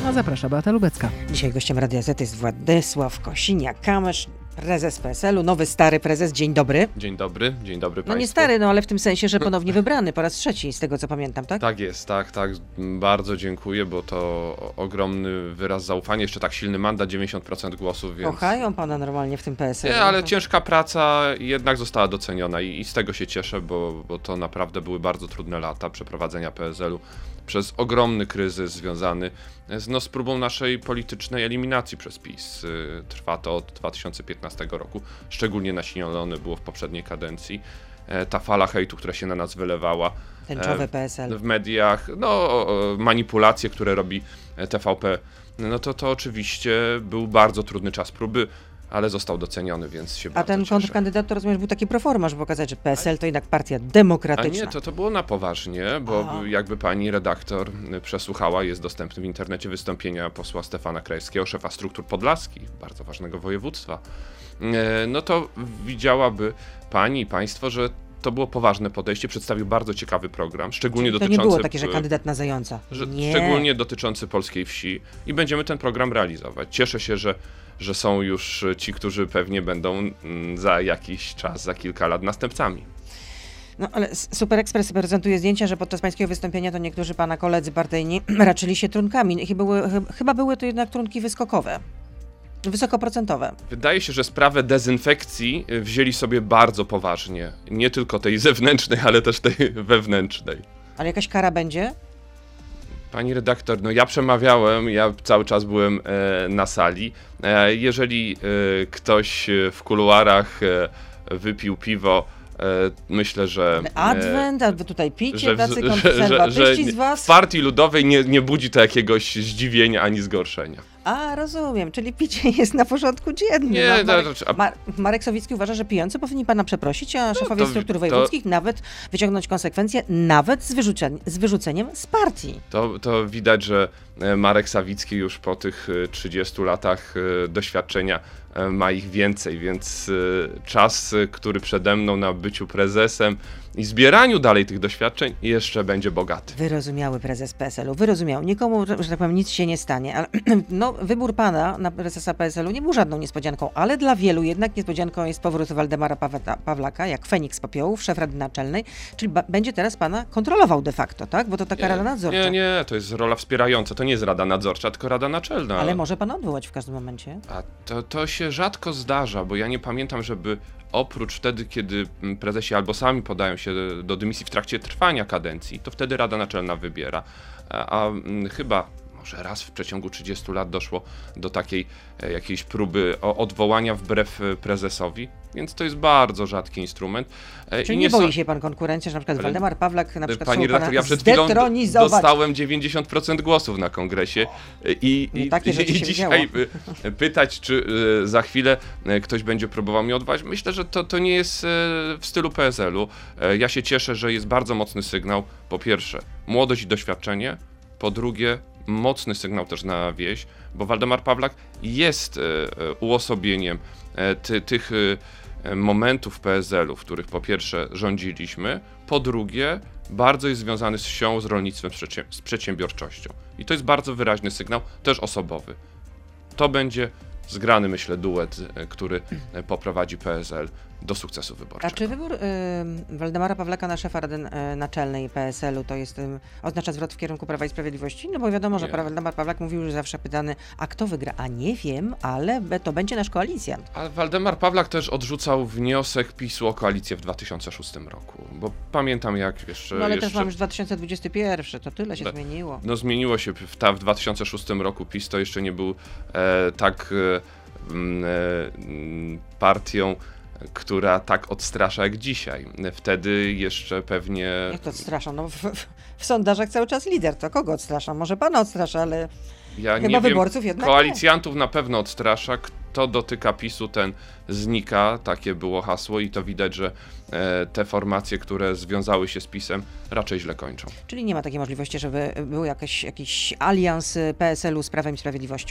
A zaprasza Beata Lubecka. Dzisiaj gościem Radia Z jest Władysław Kosiniak-Kamysz, prezes PSL-u, nowy, stary prezes. Dzień dobry. Dzień dobry państwu. No nie stary, ale w tym sensie, że ponownie wybrany po raz trzeci, z tego co pamiętam, tak? Tak jest, tak. Bardzo dziękuję, bo to ogromny wyraz zaufania. Jeszcze tak silny mandat, 90% głosów, więc... Kochają pana normalnie w tym PSL-u. Nie, ale ciężka praca jednak została doceniona i z tego się cieszę, bo to naprawdę były bardzo trudne lata przeprowadzenia PSL-u przez ogromny kryzys związany z próbą naszej politycznej eliminacji przez PiS. Trwa to od 2015 roku, szczególnie nasilone było w poprzedniej kadencji. Ta fala hejtu, która się na nas wylewała tęczowy PSL. w mediach, manipulacje, które robi TVP, to oczywiście był bardzo trudny czas próby, ale został doceniony, więc się bardzo cieszę. A ten kontrkandydat to rozumiem był taki proforma, żeby pokazać, że PSL to jednak partia demokratyczna. A nie, to było na poważnie, bo jakby pani redaktor przesłuchała, jest dostępny w internecie wystąpienia posła Stefana Krajewskiego, szefa struktur podlaskich, bardzo ważnego województwa, to widziałaby pani i państwo, że to było poważne podejście, przedstawił bardzo ciekawy program, szczególnie dotyczący... To nie było takie, że kandydat na zająca. Nie. Szczególnie dotyczący polskiej wsi i będziemy ten program realizować. Cieszę się, że są już ci, którzy pewnie będą za jakiś czas, za kilka lat następcami. No ale Super Express prezentuje zdjęcia, że podczas pańskiego wystąpienia to niektórzy pana koledzy partyjni raczyli się trunkami. Chyba były to jednak trunki wyskokowe. Wysokoprocentowe. Wydaje się, że sprawę dezynfekcji wzięli sobie bardzo poważnie. Nie tylko tej zewnętrznej, ale też tej wewnętrznej. Ale jakaś kara będzie? Pani redaktor, ja przemawiałem, ja cały czas byłem na sali. Jeżeli ktoś w kuluarach wypił piwo, myślę, że... Adwent, albo tutaj picie, tacy konserwatyści z was? W partii ludowej nie budzi to jakiegoś zdziwienia ani zgorszenia. A, rozumiem, czyli picie jest na porządku dziennym. Nie, Marek Sawicki uważa, że pijący powinni pana przeprosić, a szefowie struktur wojewódzkich nawet wyciągnąć konsekwencje, nawet z wyrzuceniem z partii. To widać, że Marek Sawicki już po tych 30 latach doświadczenia ma ich więcej, więc czas, który przede mną na byciu prezesem i zbieraniu dalej tych doświadczeń jeszcze będzie bogaty. Wyrozumiały prezes PSL-u, wyrozumiał. Nikomu, że tak powiem, nic się nie stanie, ale wybór pana na prezesa PSL-u nie był żadną niespodzianką, ale dla wielu jednak niespodzianką jest powrót Waldemara Pawlaka, jak Feniks z popiołów, szef Rady Naczelnej, czyli będzie teraz pana kontrolował de facto, tak? Bo to taka Rada Nadzorcza. Nie, to jest rola wspierająca, to nie jest Rada Nadzorcza, tylko Rada Naczelna. Ale może pana odwołać w każdym momencie? A to się rzadko zdarza, bo ja nie pamiętam, żeby oprócz wtedy, kiedy prezesi albo sami podają się do dymisji w trakcie trwania kadencji, to wtedy Rada Naczelna wybiera. A chyba może raz w przeciągu 30 lat doszło do takiej jakiejś próby odwołania wbrew prezesowi, więc to jest bardzo rzadki instrument. Czyli nie boi się pan konkurencji, że na przykład Waldemar Pawlak na przykład Pani redaktor, ja przed chwilą dostałem 90% głosów na kongresie i dzisiaj pytać, czy za chwilę ktoś będzie próbował mnie odwołać. Myślę, że to nie jest w stylu PSL-u. Ja się cieszę, że jest bardzo mocny sygnał. Po pierwsze, młodość i doświadczenie. Po drugie, mocny sygnał też na wieś, bo Waldemar Pawlak jest uosobieniem tych momentów PSL-u, w których po pierwsze rządziliśmy, po drugie bardzo jest związany z wsią, z rolnictwem, z przedsiębiorczością. I to jest bardzo wyraźny sygnał, też osobowy. To będzie zgrany, myślę, duet, który poprowadzi PSL do sukcesu wyborczego. A czy wybór Waldemara Pawlaka na szefa Rady Naczelnej PSL-u to jest oznacza zwrot w kierunku Prawa i Sprawiedliwości? No bo wiadomo, że Waldemar Pawlak mówił, że zawsze pytany, a kto wygra? A nie wiem, ale to będzie nasz koalicjant. Ale Waldemar Pawlak też odrzucał wniosek PiS-u o koalicję w 2006 roku, bo pamiętam jak jeszcze... No ale też mam już 2021, to tyle się zmieniło. No zmieniło się, w 2006 roku PiS to jeszcze nie był partią, która tak odstrasza jak dzisiaj. Wtedy jeszcze pewnie... Jak to odstrasza? No w sondażach cały czas lider. To kogo odstrasza? Może pana odstrasza, ale chyba wyborców jednak koalicjantów nie. Na pewno odstrasza. Kto dotyka PiS-u, ten znika. Takie było hasło i to widać, że te formacje, które związały się z PiS-em, raczej źle kończą. Czyli nie ma takiej możliwości, żeby był jakiś alians PSL-u z Prawem i Sprawiedliwością?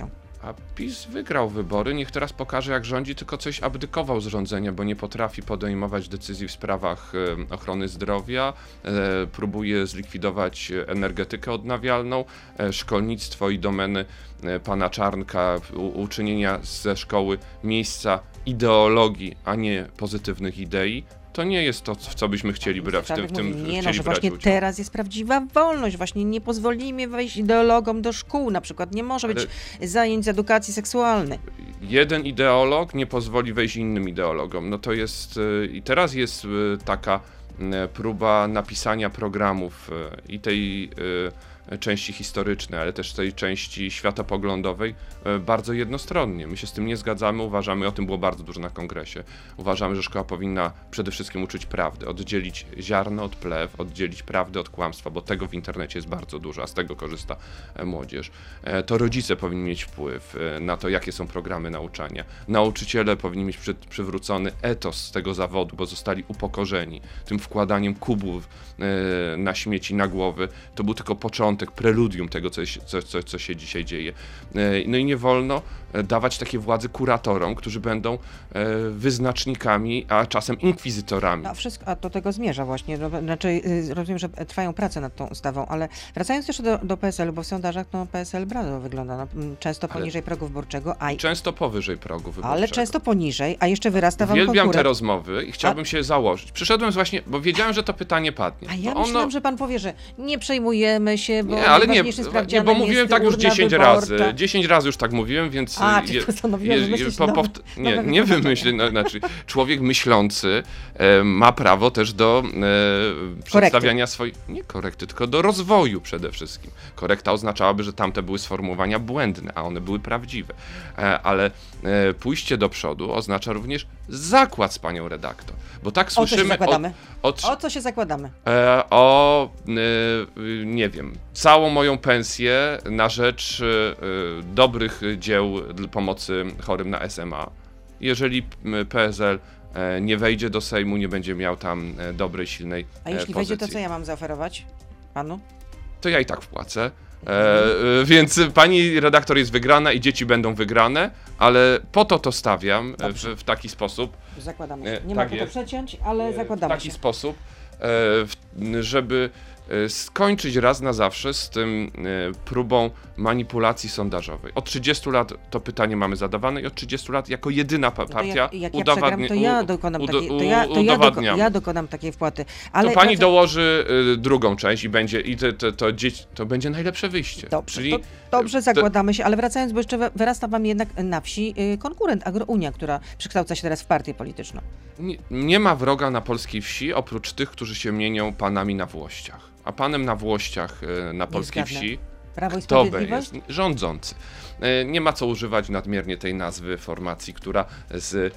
A PiS wygrał wybory, niech teraz pokaże jak rządzi, tylko coś abdykował z rządzenia, bo nie potrafi podejmować decyzji w sprawach ochrony zdrowia, próbuje zlikwidować energetykę odnawialną, szkolnictwo i domeny pana Czarnka, uczynienia ze szkoły miejsca ideologii, a nie pozytywnych idei. To nie jest to, w co byśmy chcieli brać w tym nie, no, że właśnie udział. Teraz jest prawdziwa wolność, właśnie nie pozwolimy wejść ideologom do szkół, na przykład nie może być zajęć z edukacji seksualnej. Jeden ideolog nie pozwoli wejść innym ideologom, no to jest, i teraz jest taka próba napisania programów i tej części historycznej, ale też tej części światopoglądowej bardzo jednostronnie. My się z tym nie zgadzamy, uważamy, o tym było bardzo dużo na kongresie, uważamy, że szkoła powinna przede wszystkim uczyć prawdy, oddzielić ziarno od plew, oddzielić prawdę od kłamstwa, bo tego w internecie jest bardzo dużo, a z tego korzysta młodzież. To rodzice powinni mieć wpływ na to, jakie są programy nauczania. Nauczyciele powinni mieć przywrócony etos tego zawodu, bo zostali upokorzeni tym wkładaniem kubów na śmieci, na głowy. To był tylko początek, preludium tego, co się dzisiaj dzieje. No i nie wolno dawać takiej władzy kuratorom, którzy będą wyznacznikami, a czasem inkwizytorami. No wszystko, a do tego zmierza właśnie. Znaczy, rozumiem, że trwają prace nad tą ustawą, ale wracając jeszcze do PSL-u, bo w sondażach PSL brawo wygląda, często poniżej progu wyborczego. Często powyżej progu wyborczego. Ale często poniżej, a jeszcze wyrasta wam Uwielbiam te rozmowy i chciałbym się założyć. Przyszedłem właśnie, bo wiedziałem, że to pytanie padnie. A ja myślałam, że pan powie, że nie przejmujemy się, bo nie, ale nie, bo mówiłem tak już 10 razy. 10 razy już tak mówiłem, więc nie wymyślę, znaczy człowiek myślący ma prawo też do przedstawiania swoich, nie korekty, tylko do rozwoju przede wszystkim. Korekta oznaczałaby, że tamte były sformułowania błędne, a one były prawdziwe. Ale pójście do przodu oznacza również zakład z panią redaktor, bo tak słyszymy... O co się zakładamy? Nie wiem, całą moją pensję na rzecz dobrych dzieł pomocy chorym na SMA. Jeżeli PSL nie wejdzie do Sejmu, nie będzie miał tam dobrej, silnej pozycji. A jeśli wejdzie, to co ja mam zaoferować panu? To ja i tak wpłacę. Więc pani redaktor jest wygrana i dzieci będą wygrane, ale po to stawiam w taki sposób. Zakładamy się. Nie ma to przeciąć, ale zakładamy się. W taki sposób, żeby skończyć raz na zawsze z tym próbą manipulacji sondażowej. Od 30 lat to pytanie mamy zadawane i od 30 lat jako jedyna partia udowadnia. Ja dokonam takiej wpłaty. Ale to pani dołoży drugą część i będzie to będzie najlepsze wyjście. Dobrze, dobrze zakładamy się, ale wracając, bo jeszcze wyrasta wam jednak na wsi konkurent Agrounia, która przekształca się teraz w partię polityczną. Nie ma wroga na polskiej wsi oprócz tych, którzy się mienią panami na Włościach. A panem na Włościach na polskiej wsi kto jest rządzący. Nie ma co używać nadmiernie tej nazwy formacji, która z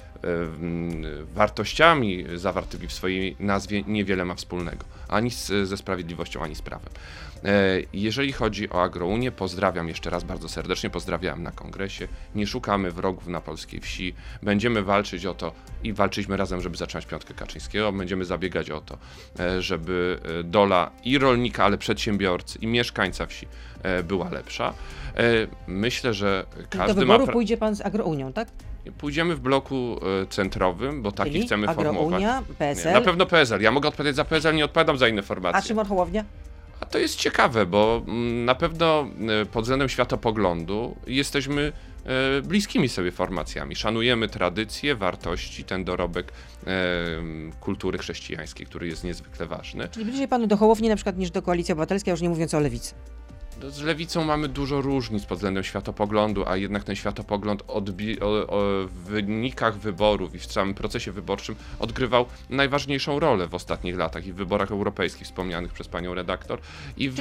wartościami zawartymi w swojej nazwie niewiele ma wspólnego. Ani ze sprawiedliwością, ani z prawem. Jeżeli chodzi o Agrounię, pozdrawiam jeszcze raz bardzo serdecznie, pozdrawiałem na kongresie. Nie szukamy wrogów na polskiej wsi. Będziemy walczyć o to i walczyliśmy razem, żeby zacząć piątkę Kaczyńskiego. Będziemy zabiegać o to, żeby dola i rolnika, ale przedsiębiorcy i mieszkańca wsi była lepsza. Myślę, że każdy do wyboru pójdzie pan z Agrounią, tak? Pójdziemy w bloku centrowym, bo taki chcemy formować. Agrounia, PSL? Nie, na pewno PSL. Ja mogę odpowiedzieć za PSL, nie odpowiadam za inne formacje. A Szymon Hołownia? A to jest ciekawe, bo na pewno pod względem światopoglądu jesteśmy bliskimi sobie formacjami. Szanujemy tradycje, wartości, ten dorobek kultury chrześcijańskiej, który jest niezwykle ważny. Czyli bliżej panu do Hołowni na przykład niż do Koalicji Obywatelskiej, już nie mówiąc o Lewicy. Z Lewicą mamy dużo różnic pod względem światopoglądu, a jednak ten światopogląd w wynikach wyborów i w całym procesie wyborczym odgrywał najważniejszą rolę w ostatnich latach i w wyborach europejskich wspomnianych przez panią redaktor i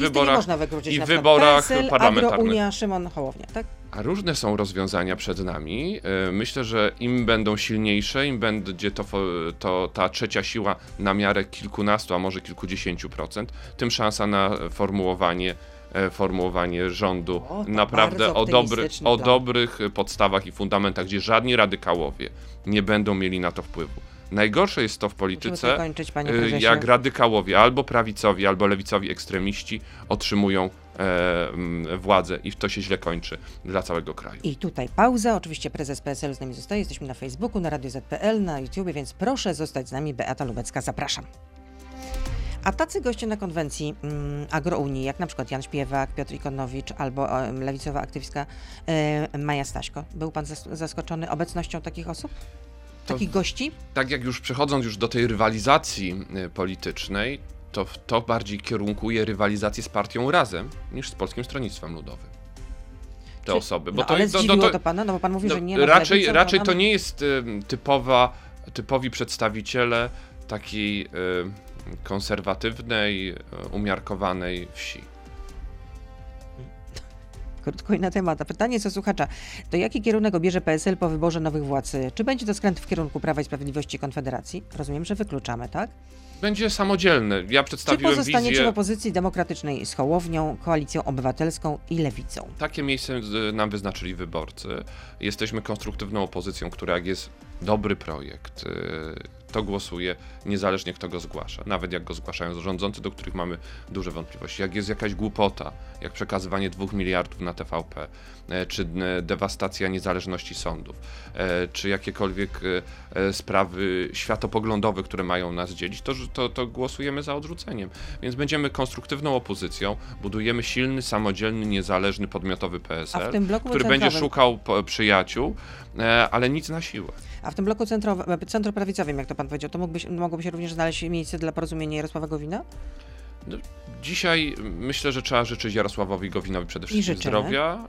w wyborach parlamentarnych. Agrounia, Szymon Hołownia, tak? A różne są rozwiązania przed nami. Myślę, że im będą silniejsze, im będzie ta trzecia siła na miarę kilkunastu, a może kilkudziesięciu procent, tym szansa na formułowanie rządu naprawdę o dobrych podstawach i fundamentach, gdzie żadni radykałowie nie będą mieli na to wpływu. Najgorsze jest to w polityce, jak radykałowie albo prawicowi, albo lewicowi ekstremiści otrzymują władzę i to się źle kończy dla całego kraju. I tutaj pauza. Oczywiście prezes PSL-u z nami zostaje. Jesteśmy na Facebooku, na Radio ZPL, na YouTubie, więc proszę zostać z nami. Beata Lubecka, zapraszam. A tacy goście na konwencji Agrounii, jak na przykład Jan Śpiewak, Piotr Ikonowicz albo lewicowa aktywistka Maja Staśko. Był pan zaskoczony obecnością takich osób? Takich gości? Tak jak już przechodząc już do tej rywalizacji politycznej, to bardziej kierunkuje rywalizację z partią Razem niż z Polskim Stronnictwem Ludowym. Te osoby. Bo ale zdziwiło to pana? No bo pan mówi, że nie. Raczej to nie jest typowi przedstawiciele takiej konserwatywnej, umiarkowanej wsi. Krótko i na temat. A pytanie co słuchacza. To jaki kierunek obierze PSL po wyborze nowych władz? Czy będzie to skręt w kierunku Prawa i Sprawiedliwości i Konfederacji? Rozumiem, że wykluczamy, tak? Będzie samodzielny. Ja przedstawiłem wizję... Czy pozostaniecie w opozycji demokratycznej z Hołownią, Koalicją Obywatelską i Lewicą? Takie miejsce nam wyznaczyli wyborcy. Jesteśmy konstruktywną opozycją, która jak jest dobry projekt, to głosuje, niezależnie kto go zgłasza. Nawet jak go zgłaszają rządzący, do których mamy duże wątpliwości. Jak jest jakaś głupota, jak przekazywanie 2 miliardów na TVP, czy dewastacja niezależności sądów, czy jakiekolwiek sprawy światopoglądowe, które mają nas dzielić, to głosujemy za odrzuceniem. Więc będziemy konstruktywną opozycją, budujemy silny, samodzielny, niezależny, podmiotowy PSL, który będzie szukał przyjaciół, ale nic na siłę. A w tym bloku centroprawicowym, jak to pan powiedział, to mogłoby się również znaleźć miejsce dla porozumienia Jarosława Gowina? No, dzisiaj myślę, że trzeba życzyć Jarosławowi Gowinowi przede wszystkim zdrowia,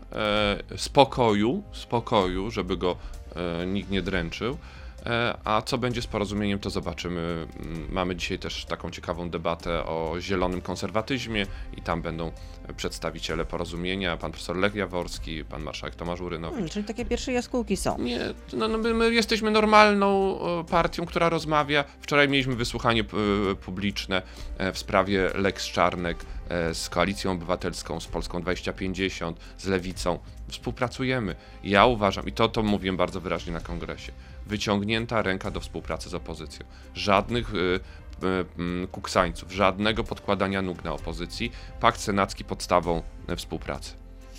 spokoju, żeby go nikt nie dręczył. A co będzie z porozumieniem, to zobaczymy. Mamy dzisiaj też taką ciekawą debatę o zielonym konserwatyzmie i tam będą przedstawiciele porozumienia, pan profesor Lech Jaworski, pan marszałek Tomasz Urynowicz. Czyli takie pierwsze jaskółki są. Nie, my jesteśmy normalną partią, która rozmawia. Wczoraj mieliśmy wysłuchanie publiczne w sprawie Lex Czarnek z Koalicją Obywatelską, z Polską 2050, z Lewicą. Współpracujemy. Ja uważam, i to mówiłem bardzo wyraźnie na kongresie, wyciągnięta ręka do współpracy z opozycją. Żadnych kuksańców, żadnego podkładania nóg na opozycji. Pakt senacki podstawą współpracy.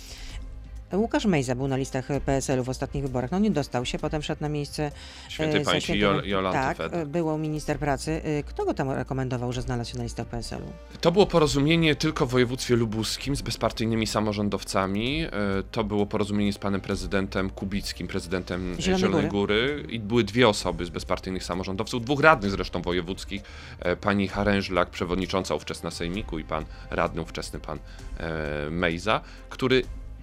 Łukasz Mejza był na listach PSL-u w ostatnich wyborach. No nie dostał się, potem szedł na miejsce świętej pamięci Jolanty Fedak. Tak, był minister pracy. Kto go tam rekomendował, że znalazł się na listach PSL-u? To było porozumienie tylko w województwie lubuskim z bezpartyjnymi samorządowcami. To było porozumienie z panem prezydentem Kubickim, prezydentem Zielonej Góry. I były 2 osoby z bezpartyjnych samorządowców, 2 radnych zresztą wojewódzkich, pani Harężlak, przewodnicząca ówczesna Sejmiku i pan radny ówczesny, pan Mejza, który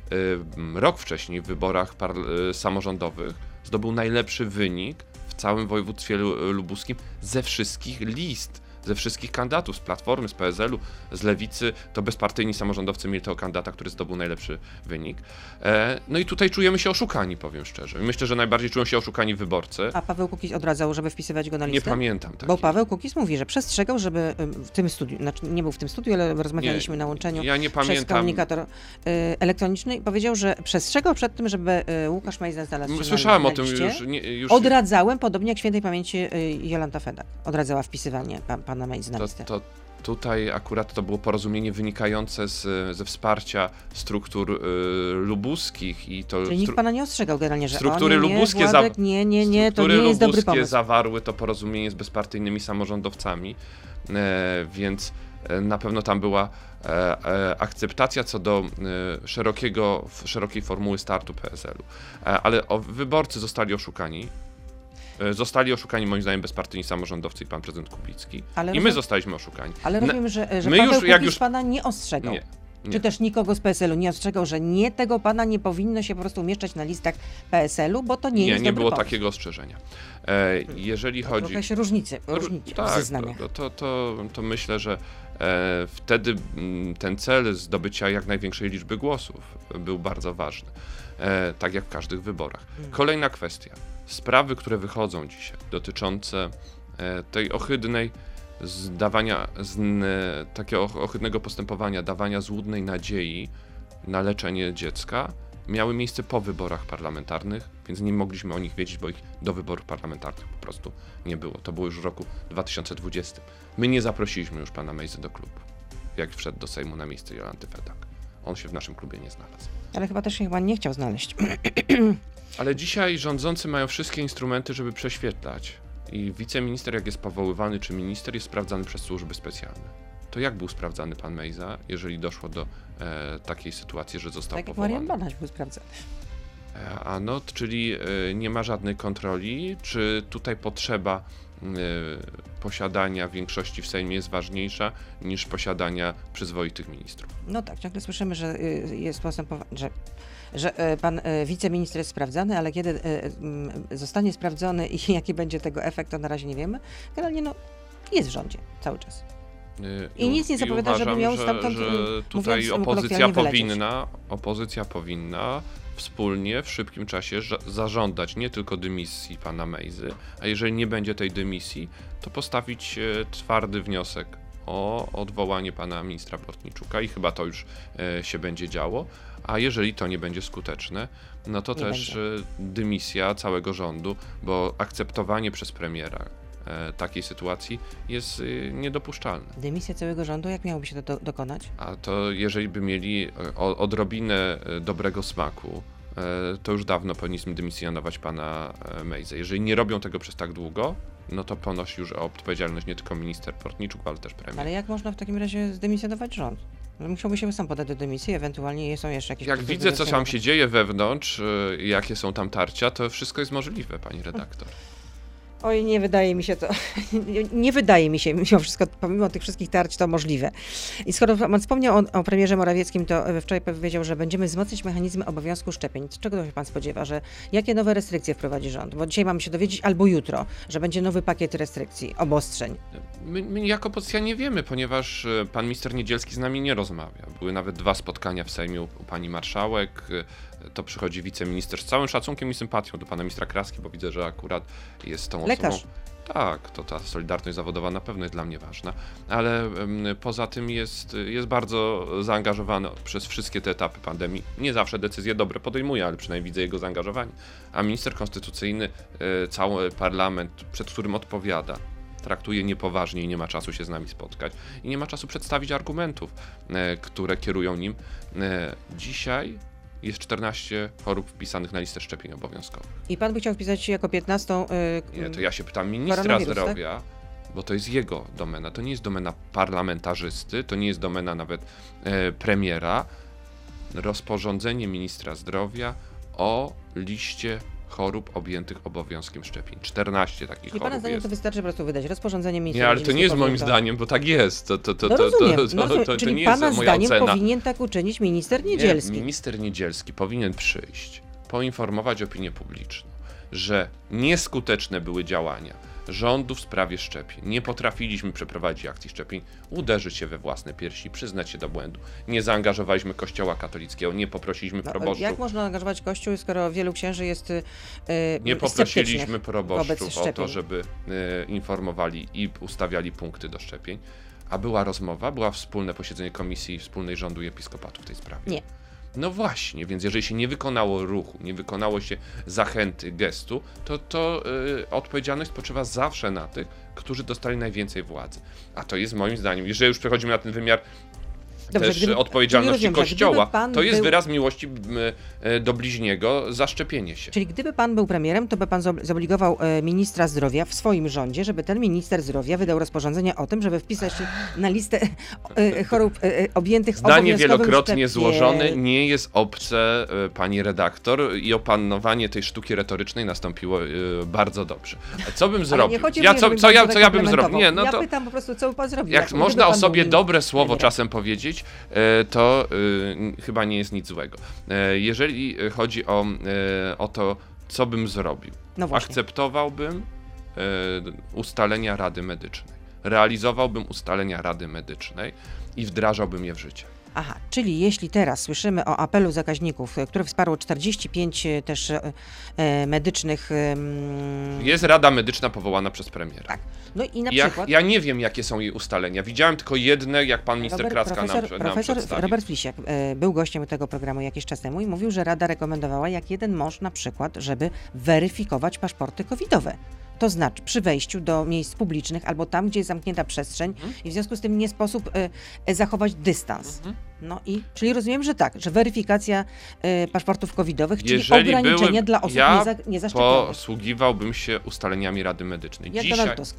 rok wcześniej w wyborach samorządowych zdobył najlepszy wynik w całym województwie lubuskim ze wszystkich list, ze wszystkich kandydatów, z Platformy, z PSL-u, z Lewicy, to bezpartyjni samorządowcy mieli tego kandydata, który zdobył najlepszy wynik. No i tutaj czujemy się oszukani, powiem szczerze. Myślę, że najbardziej czują się oszukani wyborcy. A Paweł Kukiz odradzał, żeby wpisywać go na listę? Nie pamiętam. Bo Paweł Kukiz mówi, że przestrzegał, żeby w tym studiu, znaczy nie był w tym studiu, ale rozmawialiśmy na łączeniu przez komunikator elektroniczny i powiedział, że przestrzegał przed tym, żeby Łukasz Mejza znalazł się Słyszałem na o tym liście. już. Odradzałem, podobnie jak świętej pamięci Jolanta Fedak. Odradzała wpisywanie pana Mejzy na listę. Tutaj akurat to było porozumienie wynikające ze wsparcia struktur lubuskich i to... Czyli nikt pana nie ostrzegał generalnie, że struktury lubuskie Władek, nie, to nie jest dobry pomysł. zawarły to porozumienie z bezpartyjnymi samorządowcami, więc na pewno tam była akceptacja co do szerokiej formuły startu PSL-u. Ale wyborcy zostali oszukani. Zostali oszukani moim zdaniem bezpartyjni samorządowcy i pan prezydent Kubicki. My zostaliśmy oszukani. Ale rozumiem, że Paweł Kukiz pana nie ostrzegał. Nie. Czy też nikogo z PSL-u nie ostrzegał, że tego pana nie powinno się po prostu umieszczać na listach PSL-u, bo to nie jest dobry Nie było pomysł. Takiego ostrzeżenia. Jeżeli chodzi... Trochę się różnice w zeznaniach. To myślę, że wtedy ten cel zdobycia jak największej liczby głosów był bardzo ważny. Tak jak w każdych wyborach. Kolejna kwestia. Sprawy, które wychodzą dzisiaj dotyczące tej takiego ohydnego postępowania, dawania złudnej nadziei na leczenie dziecka, miały miejsce po wyborach parlamentarnych, więc nie mogliśmy o nich wiedzieć, bo ich do wyborów parlamentarnych po prostu nie było. To było już w roku 2020. My nie zaprosiliśmy już pana Mejzy do klubu, jak wszedł do Sejmu na miejsce Jolanty Fedak. on się w naszym klubie nie znalazł. Ale chyba też się nie chciał znaleźć. Ale dzisiaj rządzący mają wszystkie instrumenty, żeby prześwietlać. I wiceminister, jak jest powoływany, czy minister, jest sprawdzany przez służby specjalne. To jak był sprawdzany pan Mejza, jeżeli doszło do takiej sytuacji, że został powołany? Tak jak Marian Banaś był sprawdzany. Czyli nie ma żadnej kontroli? Czy tutaj potrzeba posiadania większości w Sejmie jest ważniejsza niż posiadania przyzwoitych ministrów? No tak, ciągle słyszymy, że jest postępowanie, że pan wiceminister jest sprawdzany, ale kiedy zostanie sprawdzony i jaki będzie tego efekt, to na razie nie wiemy. Generalnie jest w rządzie cały czas. I nic nie zapowiada, żeby miał stamtąd, że tutaj opozycja powinna wspólnie w szybkim czasie zażądać nie tylko dymisji pana Mejzy, a jeżeli nie będzie tej dymisji, to postawić twardy wniosek o odwołanie pana ministra Bortniczuka i chyba to już się będzie działo, a jeżeli to nie będzie skuteczne, no to też dymisja całego rządu, bo akceptowanie przez premiera takiej sytuacji jest niedopuszczalne. Dymisja całego rządu, jak miałoby się to dokonać? A to jeżeli by mieli odrobinę dobrego smaku, to już dawno powinniśmy dymisjonować pana Mejzę. Jeżeli nie robią tego przez tak długo, no to ponosi już odpowiedzialność nie tylko minister Bortniczuk, ale też premier. Ale jak można w takim razie zdymisjonować rząd? Musiałby się sam podać do dymisji, ewentualnie są jeszcze jakieś... Jak widzę, co tam się dzieje wewnątrz, jakie są tam tarcia, to wszystko jest możliwe, pani redaktor. Oj, nie wydaje mi się to, nie wydaje mi się, mimo wszystko, pomimo tych wszystkich tarć, to możliwe. I skoro pan wspomniał o premierze Morawieckim, to wczoraj powiedział, że będziemy wzmocnić mechanizmy obowiązku szczepień. Czego się pan spodziewa, że jakie nowe restrykcje wprowadzi rząd? Bo dzisiaj mamy się dowiedzieć, albo jutro, że będzie nowy pakiet restrykcji, obostrzeń. My jako opozycja nie wiemy, ponieważ pan minister Niedzielski z nami nie rozmawia. Były nawet 2 spotkania w Sejmie u pani marszałek. To przychodzi wiceminister z całym szacunkiem i sympatią do pana ministra Kraski, bo widzę, że akurat jest tą osobą. Lekarz. Tak, to ta solidarność zawodowa na pewno jest dla mnie ważna, ale poza tym jest bardzo zaangażowany przez wszystkie te etapy pandemii. Nie zawsze decyzje dobre podejmuje, ale przynajmniej widzę jego zaangażowanie. A minister konstytucyjny, cały parlament, przed którym odpowiada, traktuje niepoważnie i nie ma czasu się z nami spotkać i nie ma czasu przedstawić argumentów, które kierują nim. Dzisiaj jest 14 chorób wpisanych na listę szczepień obowiązkowych. I pan by chciał wpisać jako 15... Nie, to ja się pytam ministra zdrowia, tak? Bo to jest jego domena. To nie jest domena parlamentarzysty, to nie jest domena nawet premiera. Rozporządzenie ministra zdrowia o liście chorób objętych obowiązkiem szczepień. 14 takich chorób. I pana zdaniem to wystarczy po prostu wydać rozporządzenie ministra. Nie, ale to nie jest moim zdaniem, bo tak jest. Czyli nie pana jest moja zdaniem ocena. powinien tak uczynić minister Niedzielski. Nie, minister Niedzielski powinien przyjść, poinformować opinię publiczną, że nieskuteczne były działania rządu w sprawie szczepień. Nie potrafiliśmy przeprowadzić akcji szczepień, uderzyć się we własne piersi, przyznać się do błędu. Nie zaangażowaliśmy Kościoła katolickiego, nie poprosiliśmy proboszczów. Jak można angażować Kościół, skoro wielu księży jest nie poprosiliśmy proboszczów o to, żeby informowali i ustawiali punkty do szczepień. A była rozmowa, było wspólne posiedzenie Komisji Wspólnej Rządu i Episkopatu w tej sprawie. Nie. No właśnie, więc jeżeli się nie wykonało ruchu, nie wykonało się zachęty, gestu, to odpowiedzialność spoczywa zawsze na tych, którzy dostali najwięcej władzy. A to jest moim zdaniem, jeżeli już przechodzimy na ten wymiar też odpowiedzialności Kościoła, to jest wyraz miłości do bliźniego za szczepienie się. Czyli gdyby pan był premierem, to by pan zobligował ministra zdrowia w swoim rządzie, żeby ten minister zdrowia wydał rozporządzenie o tym, żeby wpisać się na listę chorób objętych Zdanie wielokrotnie złożone nie jest obce, pani redaktor, i opanowanie tej sztuki retorycznej nastąpiło bardzo dobrze. Co bym zrobił? Co ja bym zrobił? Nie, no ja to pytam po prostu, co by pan zrobił? Jak można o sobie dobre słowo czasem powiedzieć, to chyba nie jest nic złego. Jeżeli chodzi o to, co bym zrobił, akceptowałbym ustalenia Rady Medycznej, realizowałbym ustalenia Rady Medycznej i wdrażałbym je w życie. Aha, czyli jeśli teraz słyszymy o apelu zakaźników, które wsparło 45 też medycznych... Jest Rada Medyczna powołana przez premiera. Tak. No i na przykład... Ja nie wiem, jakie są jej ustalenia. Widziałem tylko jedne, jak pan minister Kraska nam przedstawił. Robert Flisiak był gościem tego programu jakiś czas temu i mówił, że Rada rekomendowała jak jeden mąż na przykład, żeby weryfikować paszporty covidowe. to znaczy przy wejściu do miejsc publicznych albo tam, gdzie jest zamknięta przestrzeń i w związku z tym nie sposób zachować dystans. No i, czyli rozumiem, że tak, że weryfikacja paszportów covidowych, czyli ograniczenie dla osób niezaszczepionych. Posługiwałbym się ustaleniami Rady Medycznej. Jak Donald Tusk.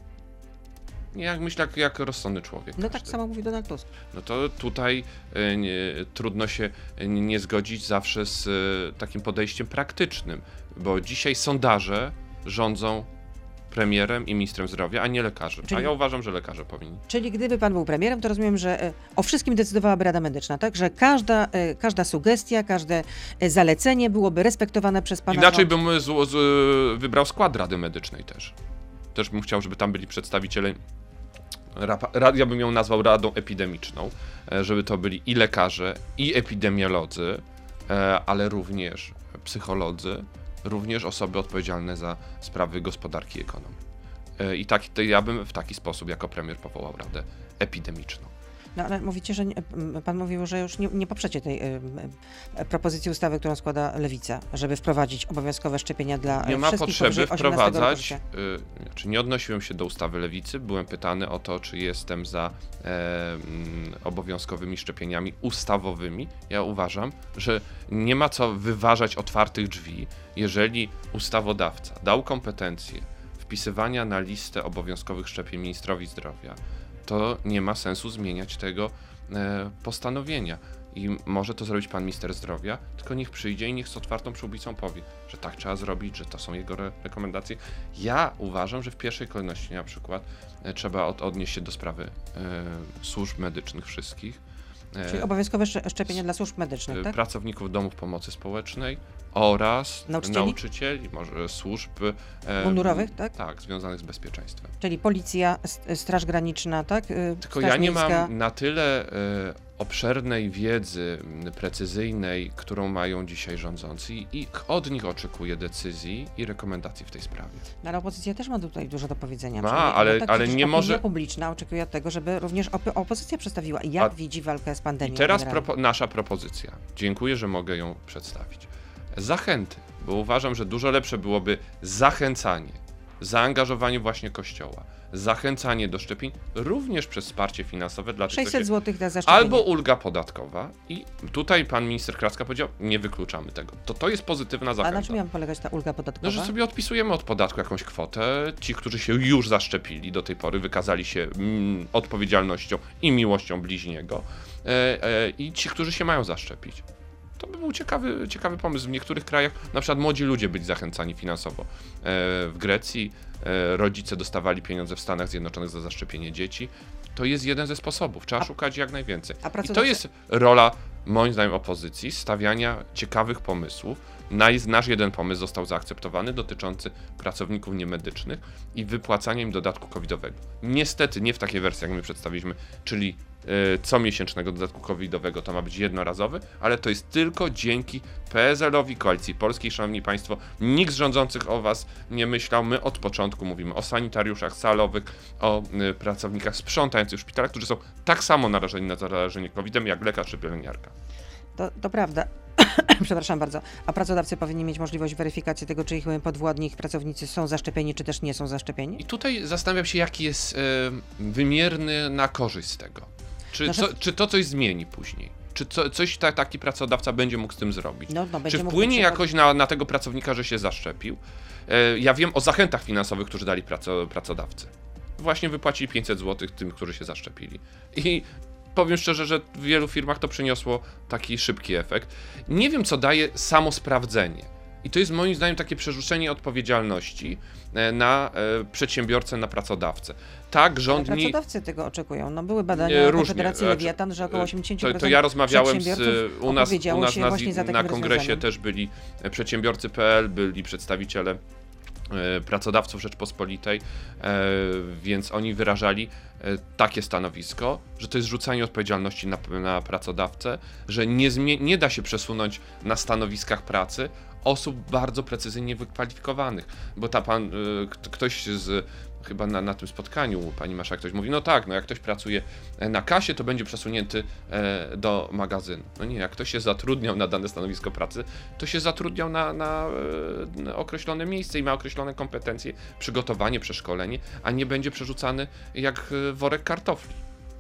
Jak myślę, jak rozsądny człowiek. No tak samo mówi Donald Tusk. No to tutaj trudno się nie zgodzić zawsze z takim podejściem praktycznym, bo dzisiaj sondaże rządzą premierem i ministrem zdrowia, a nie lekarze. A ja uważam, że lekarze powinni. Czyli gdyby pan był premierem, to rozumiem, że o wszystkim decydowałaby Rada Medyczna, tak? Że każda sugestia, każde zalecenie byłoby respektowane przez pana. Inaczej bym wybrał skład Rady Medycznej też. Też bym chciał, żeby tam byli przedstawiciele, ja bym ją nazwał Radą Epidemiczną, żeby to byli i lekarze, i epidemiolodzy, ale również psycholodzy, również osoby odpowiedzialne za sprawy gospodarki i ekonomii. I ja bym w taki sposób jako premier powołał Radę Epidemiczną. No ale mówicie, że pan mówił, że już nie poprzecie tej propozycji ustawy, którą składa Lewica, żeby wprowadzić obowiązkowe szczepienia dla wszystkich. Nie ma potrzeby wprowadzać, nie odnosiłem się do ustawy Lewicy, byłem pytany o to, czy jestem za obowiązkowymi szczepieniami ustawowymi. Ja uważam, że nie ma co wyważać otwartych drzwi, jeżeli ustawodawca dał kompetencje wpisywania na listę obowiązkowych szczepień ministrowi zdrowia, to nie ma sensu zmieniać tego postanowienia. I może to zrobić pan minister zdrowia, tylko niech przyjdzie i niech z otwartą przyłbicą powie, że tak trzeba zrobić, że to są jego rekomendacje. Ja uważam, że w pierwszej kolejności na przykład trzeba odnieść się do sprawy służb medycznych wszystkich. Czyli obowiązkowe szczepienia dla służb medycznych, tak? Pracowników domów pomocy społecznej oraz nauczycieli, może służb mundurowych, tak? Tak, związanych z bezpieczeństwem. Czyli policja, Straż Graniczna, tak? Tylko ja nie mam na tyle obszernej wiedzy precyzyjnej, którą mają dzisiaj rządzący i od nich oczekuję decyzji i rekomendacji w tej sprawie. No, ale opozycja też ma tutaj dużo do powiedzenia. Ale nie może... Opinia publiczna oczekuje tego, żeby również opozycja przedstawiła, jak widzi walkę z pandemią. I teraz nasza propozycja. Dziękuję, że mogę ją przedstawić. Zachęty, bo uważam, że dużo lepsze byłoby zachęcanie, zaangażowanie właśnie Kościoła, zachęcanie do szczepień, również przez wsparcie finansowe dla tych, 600 zł na zaszczepienie. Albo ulga podatkowa i tutaj pan minister Kraska powiedział, nie wykluczamy tego. To jest pozytywna zachęta. A na czym miała polegać ta ulga podatkowa? No, że sobie odpisujemy od podatku jakąś kwotę, ci, którzy się już zaszczepili do tej pory, wykazali się odpowiedzialnością i miłością bliźniego i ci, którzy się mają zaszczepić. To by był ciekawy pomysł. W niektórych krajach na przykład młodzi ludzie byli zachęcani finansowo. W Grecji rodzice dostawali pieniądze w Stanach Zjednoczonych za zaszczepienie dzieci. To jest jeden ze sposobów. Trzeba szukać jak najwięcej. I to jest rola, moim zdaniem, opozycji, stawiania ciekawych pomysłów. Nasz jeden pomysł został zaakceptowany, dotyczący pracowników niemedycznych i wypłacania im dodatku covidowego. Niestety nie w takiej wersji, jak my przedstawiliśmy, czyli comiesięcznego dodatku covidowego, to ma być jednorazowy, ale to jest tylko dzięki PSL-owi, Koalicji Polskiej. Szanowni Państwo, nikt z rządzących o was nie myślał. My od początku mówimy o sanitariuszach salowych, o pracownikach sprzątających w szpitalach, którzy są tak samo narażeni na zarażenie COVID-em jak lekarz czy pielęgniarka. To prawda. Przepraszam bardzo. A pracodawcy powinni mieć możliwość weryfikacji tego, czy ich podwładni, ich pracownicy są zaszczepieni, czy też nie są zaszczepieni? I tutaj zastanawiam się, jaki jest wymierny na korzyść z tego. Czy to coś zmieni później? Czy coś taki pracodawca będzie mógł z tym zrobić? Czy wpłynie jakoś na tego pracownika, że się zaszczepił? Ja wiem o zachętach finansowych, którzy dali pracodawcy. Właśnie wypłacili 500 zł tym, którzy się zaszczepili. I powiem szczerze, że w wielu firmach to przyniosło taki szybki efekt. Nie wiem, co daje samo sprawdzenie. I to jest moim zdaniem takie przerzucenie odpowiedzialności na przedsiębiorcę, na pracodawcę. Tak, rząd nie... Pracodawcy tego oczekują. No, były badania Konfederacji Lewiatan, że około 80% to ja rozmawiałem u nas na kongresie też byli przedsiębiorcy.pl, byli przedstawiciele pracodawców Rzeczpospolitej, więc oni wyrażali takie stanowisko, że to jest rzucanie odpowiedzialności na pracodawcę, że nie da się przesunąć na stanowiskach pracy osób bardzo precyzyjnie wykwalifikowanych, bo ktoś z chyba na tym spotkaniu pani marszałek ktoś mówi, no tak, no jak ktoś pracuje na kasie, to będzie przesunięty do magazynu. No nie, jak ktoś się zatrudniał na dane stanowisko pracy, to się zatrudniał na określone miejsce i ma określone kompetencje, przygotowanie, przeszkolenie, a nie będzie przerzucany jak worek kartofli.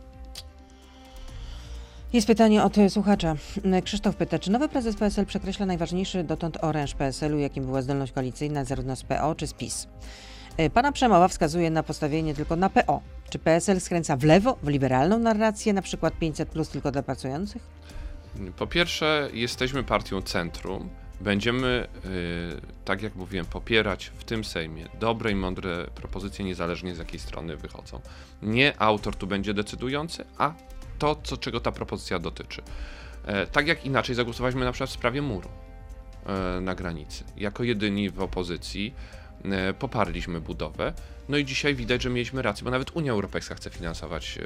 Jest pytanie od słuchacza. Krzysztof pyta, czy nowy prezes PSL przekreśla najważniejszy dotąd oręż PSL-u, jakim była zdolność koalicyjna zarówno z PO czy z PiS? Pana przemowa wskazuje na postawienie tylko na PO. Czy PSL skręca w lewo, w liberalną narrację, na przykład 500+ tylko dla pracujących? Po pierwsze, jesteśmy partią centrum. Będziemy, tak jak mówiłem, popierać w tym Sejmie dobre i mądre propozycje, niezależnie z jakiej strony wychodzą. Nie autor tu będzie decydujący, a to, czego ta propozycja dotyczy. Tak jak inaczej zagłosowaliśmy na przykład w sprawie muru na granicy. Jako jedyni w opozycji poparliśmy budowę, no i dzisiaj widać, że mieliśmy rację, bo nawet Unia Europejska chce finansować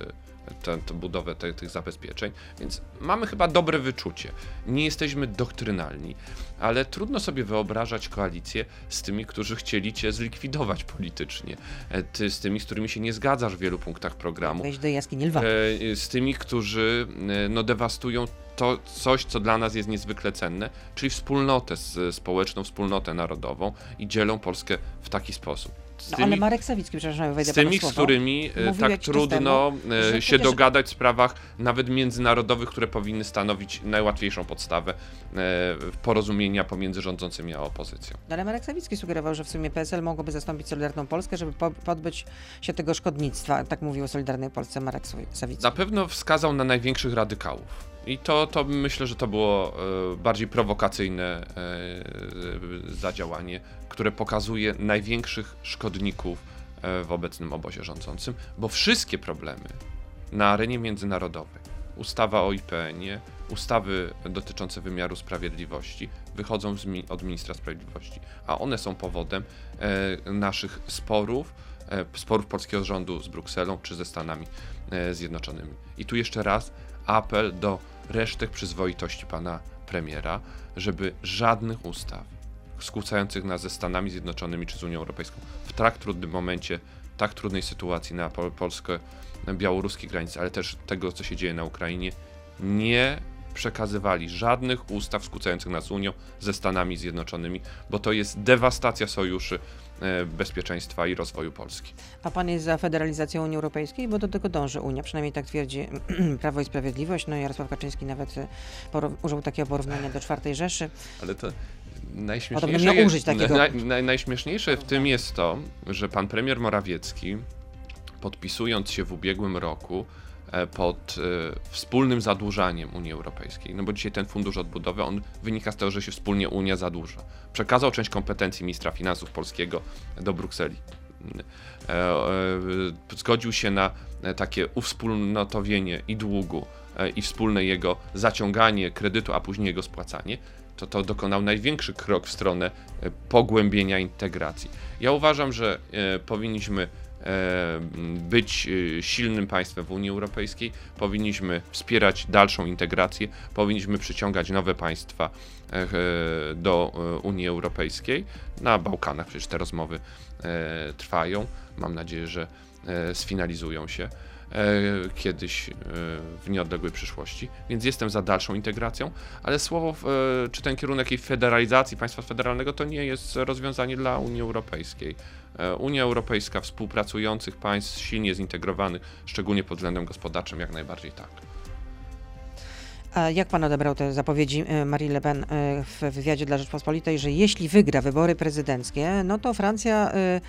tę budowę tych zabezpieczeń, więc mamy chyba dobre wyczucie. Nie jesteśmy doktrynalni, ale trudno sobie wyobrażać koalicję z tymi, którzy chcieli cię zlikwidować politycznie, z tymi, z którymi się nie zgadzasz w wielu punktach programu, wejść do jaskini lwa, z tymi, którzy dewastują to coś, co dla nas jest niezwykle cenne, czyli wspólnotę społeczną, wspólnotę narodową i dzielą Polskę w taki sposób. Ale Marek Sawicki, przepraszam, wejdę z tymi, z którymi tak trudno się dogadać w sprawach nawet międzynarodowych, które powinny stanowić najłatwiejszą podstawę porozumienia pomiędzy rządzącymi a opozycją. Ale Marek Sawicki sugerował, że w sumie PSL mogłoby zastąpić Solidarną Polskę, żeby pozbyć się tego szkodnictwa. Tak mówił o Solidarnej Polsce Marek Sawicki. Na pewno wskazał na największych radykałów. I to myślę, że to było bardziej prowokacyjne zadziałanie, które pokazuje największych szkodników w obecnym obozie rządzącym, bo wszystkie problemy na arenie międzynarodowej, ustawa o IPN-ie, ustawy dotyczące wymiaru sprawiedliwości wychodzą od ministra sprawiedliwości, a one są powodem naszych sporów polskiego rządu z Brukselą czy ze Stanami Zjednoczonymi. I tu jeszcze raz apel do resztek przyzwoitości pana premiera, żeby żadnych ustaw skłócających nas ze Stanami Zjednoczonymi czy z Unią Europejską w tak trudnym momencie, tak trudnej sytuacji na polsko-białoruskiej granicy, ale też tego, co się dzieje na Ukrainie, nie przekazywali żadnych ustaw skłócających nas z Unią, ze Stanami Zjednoczonymi, bo to jest dewastacja sojuszy, bezpieczeństwa i rozwoju Polski. A pan jest za federalizacją Unii Europejskiej? Bo do tego dąży Unia, przynajmniej tak twierdzi Prawo i Sprawiedliwość. No Jarosław Kaczyński nawet użył takiego porównania do IV Rzeszy. Ale to najśmieszniejsze w tym jest to, że pan premier Morawiecki, podpisując się w ubiegłym roku pod wspólnym zadłużaniem Unii Europejskiej, no bo dzisiaj ten fundusz odbudowy, on wynika z tego, że się wspólnie Unia zadłuża. Przekazał część kompetencji ministra finansów polskiego do Brukseli. Zgodził się na takie uwspólnotowienie i długu i wspólne jego zaciąganie kredytu, a później jego spłacanie. To dokonał największy krok w stronę pogłębienia integracji. Ja uważam, że powinniśmy być silnym państwem w Unii Europejskiej, powinniśmy wspierać dalszą integrację, powinniśmy przyciągać nowe państwa do Unii Europejskiej. Na Bałkanach przecież te rozmowy trwają. Mam nadzieję, że sfinalizują się kiedyś w nieodległej przyszłości, więc jestem za dalszą integracją, ale słowo, czy ten kierunek jej federalizacji państwa federalnego to nie jest rozwiązanie dla Unii Europejskiej. Unia Europejska współpracujących państw, silnie zintegrowanych, szczególnie pod względem gospodarczym, jak najbardziej tak. A jak pan odebrał te zapowiedzi Marine Le Pen w wywiadzie dla Rzeczpospolitej, że jeśli wygra wybory prezydenckie, no to Francja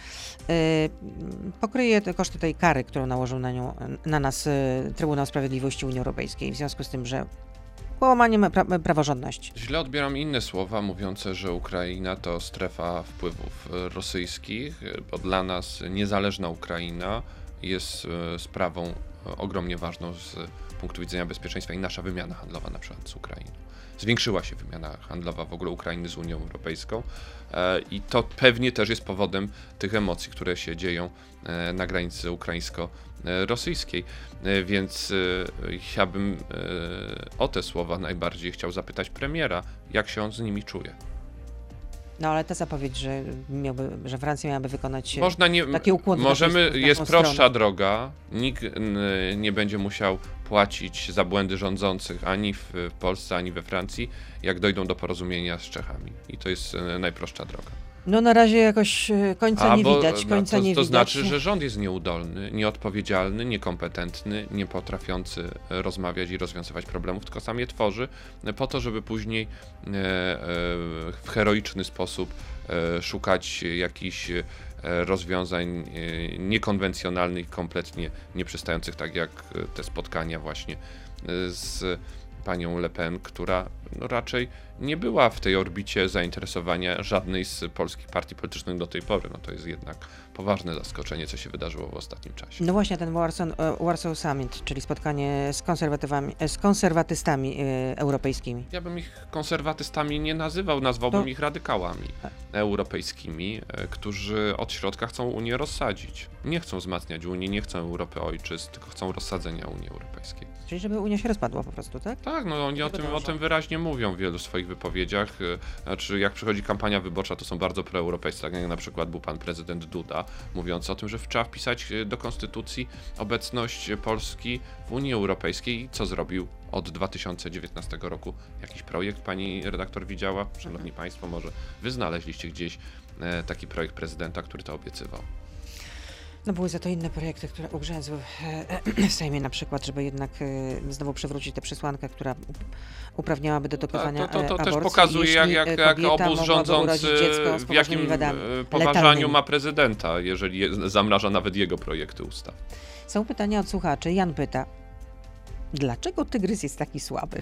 pokryje te koszty tej kary, którą nałożył na nas Trybunał Sprawiedliwości Unii Europejskiej, w związku z tym, że połamaniem praworządności. Źle odbieram inne słowa mówiące, że Ukraina to strefa wpływów rosyjskich, bo dla nas niezależna Ukraina jest sprawą ogromnie ważną z punktu widzenia bezpieczeństwa i nasza wymiana handlowa na przykład z Ukrainą. Zwiększyła się wymiana handlowa w ogóle Ukrainy z Unią Europejską i to pewnie też jest powodem tych emocji, które się dzieją na granicy ukraińsko-rosyjskiej, więc ja bym o te słowa najbardziej chciał zapytać premiera, jak się on z nimi czuje. No ale ta zapowiedź, że Francja miałaby wykonać taki ukłon. Jest prostsza droga, nikt nie będzie musiał płacić za błędy rządzących ani w Polsce, ani we Francji, jak dojdą do porozumienia z Czechami. I to jest najprostsza droga. No na razie jakoś końca nie widać. To znaczy, że rząd jest nieudolny, nieodpowiedzialny, niekompetentny, nie potrafiący rozmawiać i rozwiązywać problemów, tylko sam je tworzy po to, żeby później w heroiczny sposób szukać jakichś rozwiązań niekonwencjonalnych, kompletnie nieprzystających, tak jak te spotkania właśnie z panią Le Pen, która raczej nie była w tej orbicie zainteresowania żadnej z polskich partii politycznych do tej pory. No to jest jednak poważne zaskoczenie, co się wydarzyło w ostatnim czasie. No właśnie ten Warsaw Summit, czyli spotkanie z konserwatystami europejskimi. Ja bym ich konserwatystami nie nazywał, nazwałbym ich radykałami europejskimi, którzy od środka chcą Unię rozsadzić. Nie chcą wzmacniać Unii, nie chcą Europy ojczyzn, tylko chcą rozsadzenia Unii Europejskiej. Czyli żeby Unia się rozpadła po prostu, tak? Tak, no oni o tym wyraźnie mówią w wielu swoich wypowiedziach. Znaczy, jak przychodzi kampania wyborcza, to są bardzo proeuropejscy, tak jak na przykład był pan prezydent Duda, mówiąc o tym, że trzeba wpisać do konstytucji obecność Polski w Unii Europejskiej. I co zrobił od 2019 roku? Jakiś projekt pani redaktor widziała? Szanowni Państwo, może wy znaleźliście gdzieś taki projekt prezydenta, który to obiecywał? No były za to inne projekty, które ugrzęzły w Sejmie na przykład, żeby jednak znowu przywrócić tę przesłankę, która uprawniałaby do dokonywania aborcji. To też pokazuje, jak obóz rządzący w jakim poważaniu ma prezydenta, jeżeli zamraża nawet jego projekty ustaw. Są pytania od słuchaczy. Jan pyta, dlaczego tygrys jest taki słaby?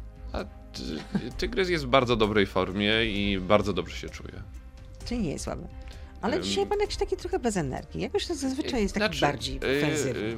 Tygrys jest w bardzo dobrej formie i bardzo dobrze się czuje. Czyli nie jest słaby. Ale dzisiaj pan jakiś taki trochę bez energii. Jakoś to zazwyczaj jest taki bardziej ofensywny.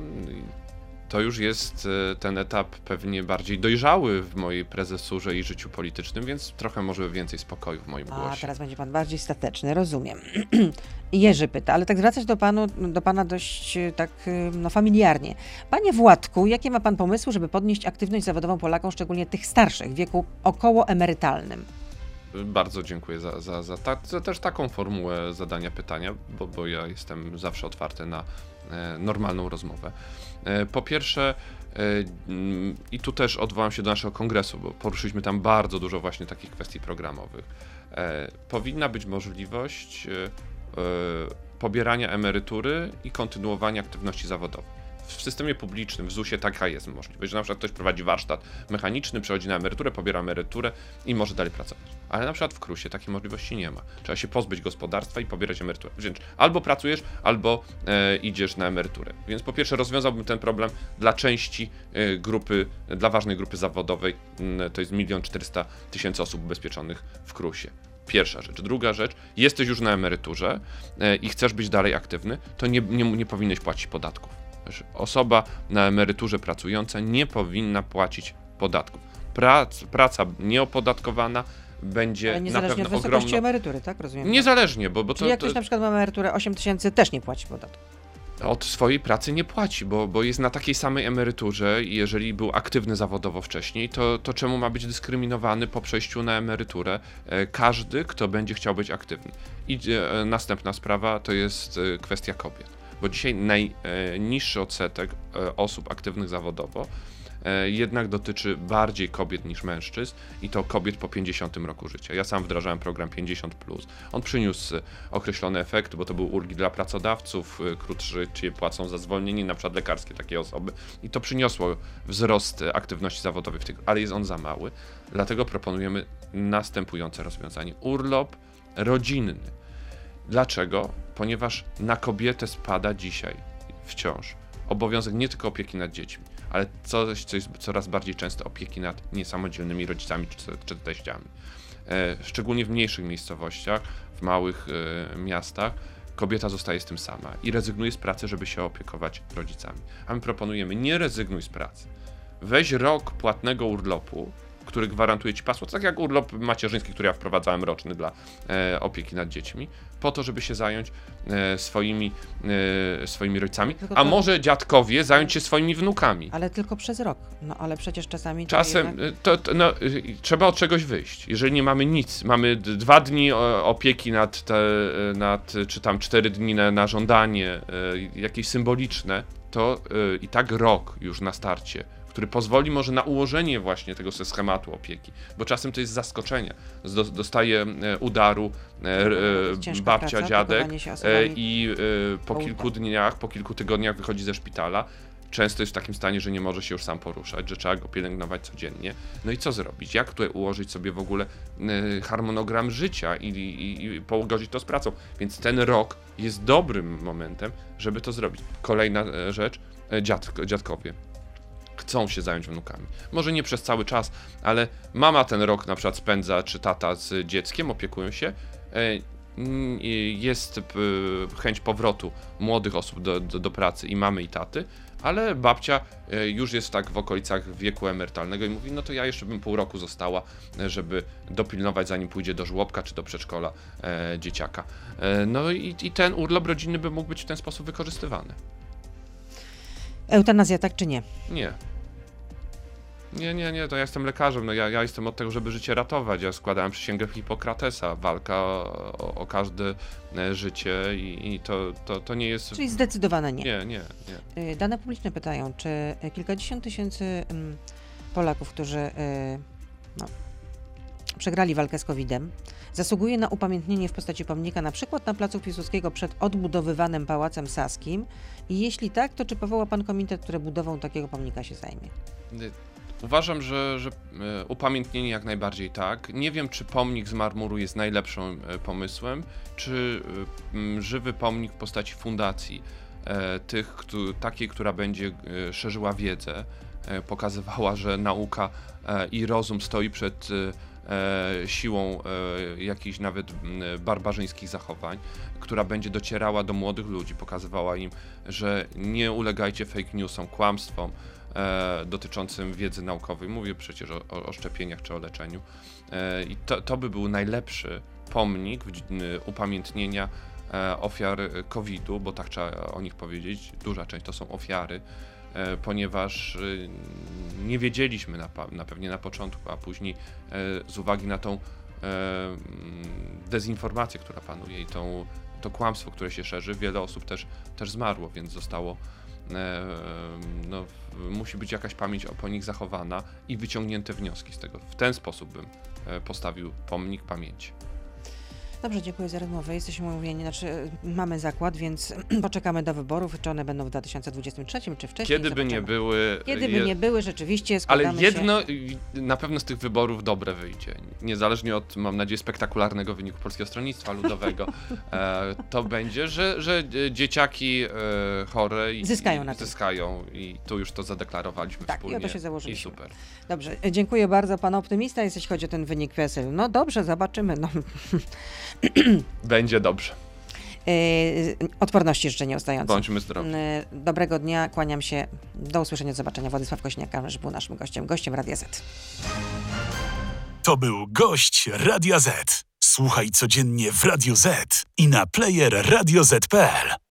To już jest ten etap pewnie bardziej dojrzały w mojej prezesurze i życiu politycznym, więc trochę może więcej spokoju w moim głosie. A teraz będzie pan bardziej stateczny, rozumiem. Jerzy pyta, ale tak zwracać do pana dość tak familiarnie. Panie Władku, jakie ma pan pomysły, żeby podnieść aktywność zawodową Polakom, szczególnie tych starszych, w wieku okołoemerytalnym? Bardzo dziękuję za też taką formułę zadania pytania, bo ja jestem zawsze otwarty na normalną rozmowę. Po pierwsze, i tu też odwołam się do naszego kongresu, bo poruszyliśmy tam bardzo dużo właśnie takich kwestii programowych. Powinna być możliwość pobierania emerytury i kontynuowania aktywności zawodowej. W systemie publicznym, w ZUS-ie taka jest możliwość, że na przykład ktoś prowadzi warsztat mechaniczny, przechodzi na emeryturę, pobiera emeryturę i może dalej pracować. Ale na przykład w KRUS-ie takiej możliwości nie ma. Trzeba się pozbyć gospodarstwa i pobierać emeryturę. Więc albo pracujesz, albo idziesz na emeryturę. Więc po pierwsze rozwiązałbym ten problem dla części grupy, dla ważnej grupy zawodowej, to jest 1 400 000 osób ubezpieczonych w KRUS-ie. Pierwsza rzecz. Druga rzecz, jesteś już na emeryturze i chcesz być dalej aktywny, to nie powinieneś płacić podatków. Osoba na emeryturze pracująca nie powinna płacić podatków. Praca nieopodatkowana będzie na pewno od wysokości emerytury, tak? Rozumiem. Niezależnie, bo czyli jak ktoś na przykład ma emeryturę 8 000, też nie płaci podatku. Od swojej pracy nie płaci, bo jest na takiej samej emeryturze i jeżeli był aktywny zawodowo wcześniej, to czemu ma być dyskryminowany po przejściu na emeryturę każdy, kto będzie chciał być aktywny. I następna sprawa to jest kwestia kobiet. Bo dzisiaj najniższy odsetek osób aktywnych zawodowo jednak dotyczy bardziej kobiet niż mężczyzn i to kobiet po 50 roku życia. Ja sam wdrażałem program 50+. On przyniósł określone efekty, bo to były ulgi dla pracodawców, krótszy płacą za zwolnienie, na przykład lekarskie takie osoby i to przyniosło wzrost aktywności zawodowej w tych, ale jest on za mały. Dlatego proponujemy następujące rozwiązanie. Urlop rodzinny. Dlaczego? Ponieważ na kobietę spada dzisiaj wciąż obowiązek nie tylko opieki nad dziećmi, ale coś, co jest coraz bardziej często opieki nad niesamodzielnymi rodzicami czy teściami. Szczególnie w mniejszych miejscowościach, w małych miastach, kobieta zostaje z tym sama i rezygnuje z pracy, żeby się opiekować rodzicami. A my proponujemy, nie rezygnuj z pracy. Weź rok płatnego urlopu który gwarantuje ci pasmo, tak jak urlop macierzyński, który ja wprowadzałem roczny dla opieki nad dziećmi, po to, żeby się zająć swoimi rodzicami, a może dziadkowie zająć się swoimi wnukami. Ale tylko przez rok, no ale przecież czasami... Czasem trzeba od czegoś wyjść. Jeżeli nie mamy nic, mamy 2 dni opieki czy tam 4 dni na żądanie, jakieś symboliczne, to i tak rok już na starcie, który pozwoli może na ułożenie właśnie tego schematu opieki, bo czasem to jest zaskoczenie. Dostaje udaru babcia, praca, dziadek i po kilku dniach, po kilku tygodniach wychodzi ze szpitala. Często jest w takim stanie, że nie może się już sam poruszać, że trzeba go pielęgnować codziennie. No i co zrobić? Jak tutaj ułożyć sobie w ogóle harmonogram życia i pogodzić to z pracą? Więc ten rok jest dobrym momentem, żeby to zrobić. Kolejna rzecz, dziadkowie chcą się zająć wnukami. Może nie przez cały czas, ale mama ten rok na przykład spędza, czy tata z dzieckiem, opiekują się. Jest chęć powrotu młodych osób do pracy i mamy i taty, ale babcia już jest tak w okolicach wieku emerytalnego i mówi, no to ja jeszcze bym pół roku została, żeby dopilnować, zanim pójdzie do żłobka czy do przedszkola dzieciaka. No i ten urlop rodzinny by mógł być w ten sposób wykorzystywany. Eutanazja, tak czy nie? Nie. Nie, to ja jestem lekarzem, no ja jestem od tego, żeby życie ratować. Ja składałem przysięgę Hipokratesa, walka o każde życie i to nie jest... Czyli zdecydowane nie. Nie. Dane publiczne pytają, czy kilkadziesiąt tysięcy Polaków, którzy przegrali walkę z COVID-em, zasługuje na upamiętnienie w postaci pomnika na przykład na placu Piłsudskiego przed odbudowywanym Pałacem Saskim i jeśli tak, to czy powoła pan komitet, który budową takiego pomnika się zajmie? Uważam, że upamiętnienie jak najbardziej tak. Nie wiem, czy pomnik z marmuru jest najlepszym pomysłem, czy żywy pomnik w postaci fundacji, takiej, która będzie szerzyła wiedzę, pokazywała, że nauka i rozum stoi przed siłą jakichś nawet barbarzyńskich zachowań, która będzie docierała do młodych ludzi, pokazywała im, że nie ulegajcie fake newsom, kłamstwom dotyczącym wiedzy naukowej. Mówię przecież o szczepieniach czy o leczeniu. I to by był najlepszy pomnik upamiętnienia ofiar COVID-u, bo tak trzeba o nich powiedzieć, duża część to są ofiary, ponieważ nie wiedzieliśmy pewnie na początku, a później z uwagi na tą dezinformację, która panuje i to kłamstwo, które się szerzy, wiele osób też zmarło, więc zostało musi być jakaś pamięć po nich zachowana i wyciągnięte wnioski z tego. W ten sposób bym postawił pomnik pamięci. Dobrze, dziękuję za rozmowę. Jesteśmy umówieni, mamy zakład, więc poczekamy do wyborów, czy one będą w 2023, czy wcześniej. Kiedy by nie były. Kiedy by nie były, rzeczywiście ale jedno na pewno z tych wyborów dobre wyjdzie. Niezależnie od, mam nadzieję, spektakularnego wyniku Polskiego Stronnictwa Ludowego, to będzie, że dzieciaki chore zyskają i tu już to zadeklarowaliśmy wspólnie. Tak, i o to się założyliśmy. I super. Dobrze, dziękuję bardzo. Pan optymista jest, jeśli chodzi o ten wynik PSL. No dobrze, zobaczymy. Będzie dobrze. Odporności życzę nieustająco. Bądźmy zdrowi. Dobrego dnia, kłaniam się. Do usłyszenia, do zobaczenia. Władysław Kośniak-Kamysz był naszym gościem Radia Z. To był gość Radia Z. Słuchaj codziennie w Radio Z i na player radioz.pl.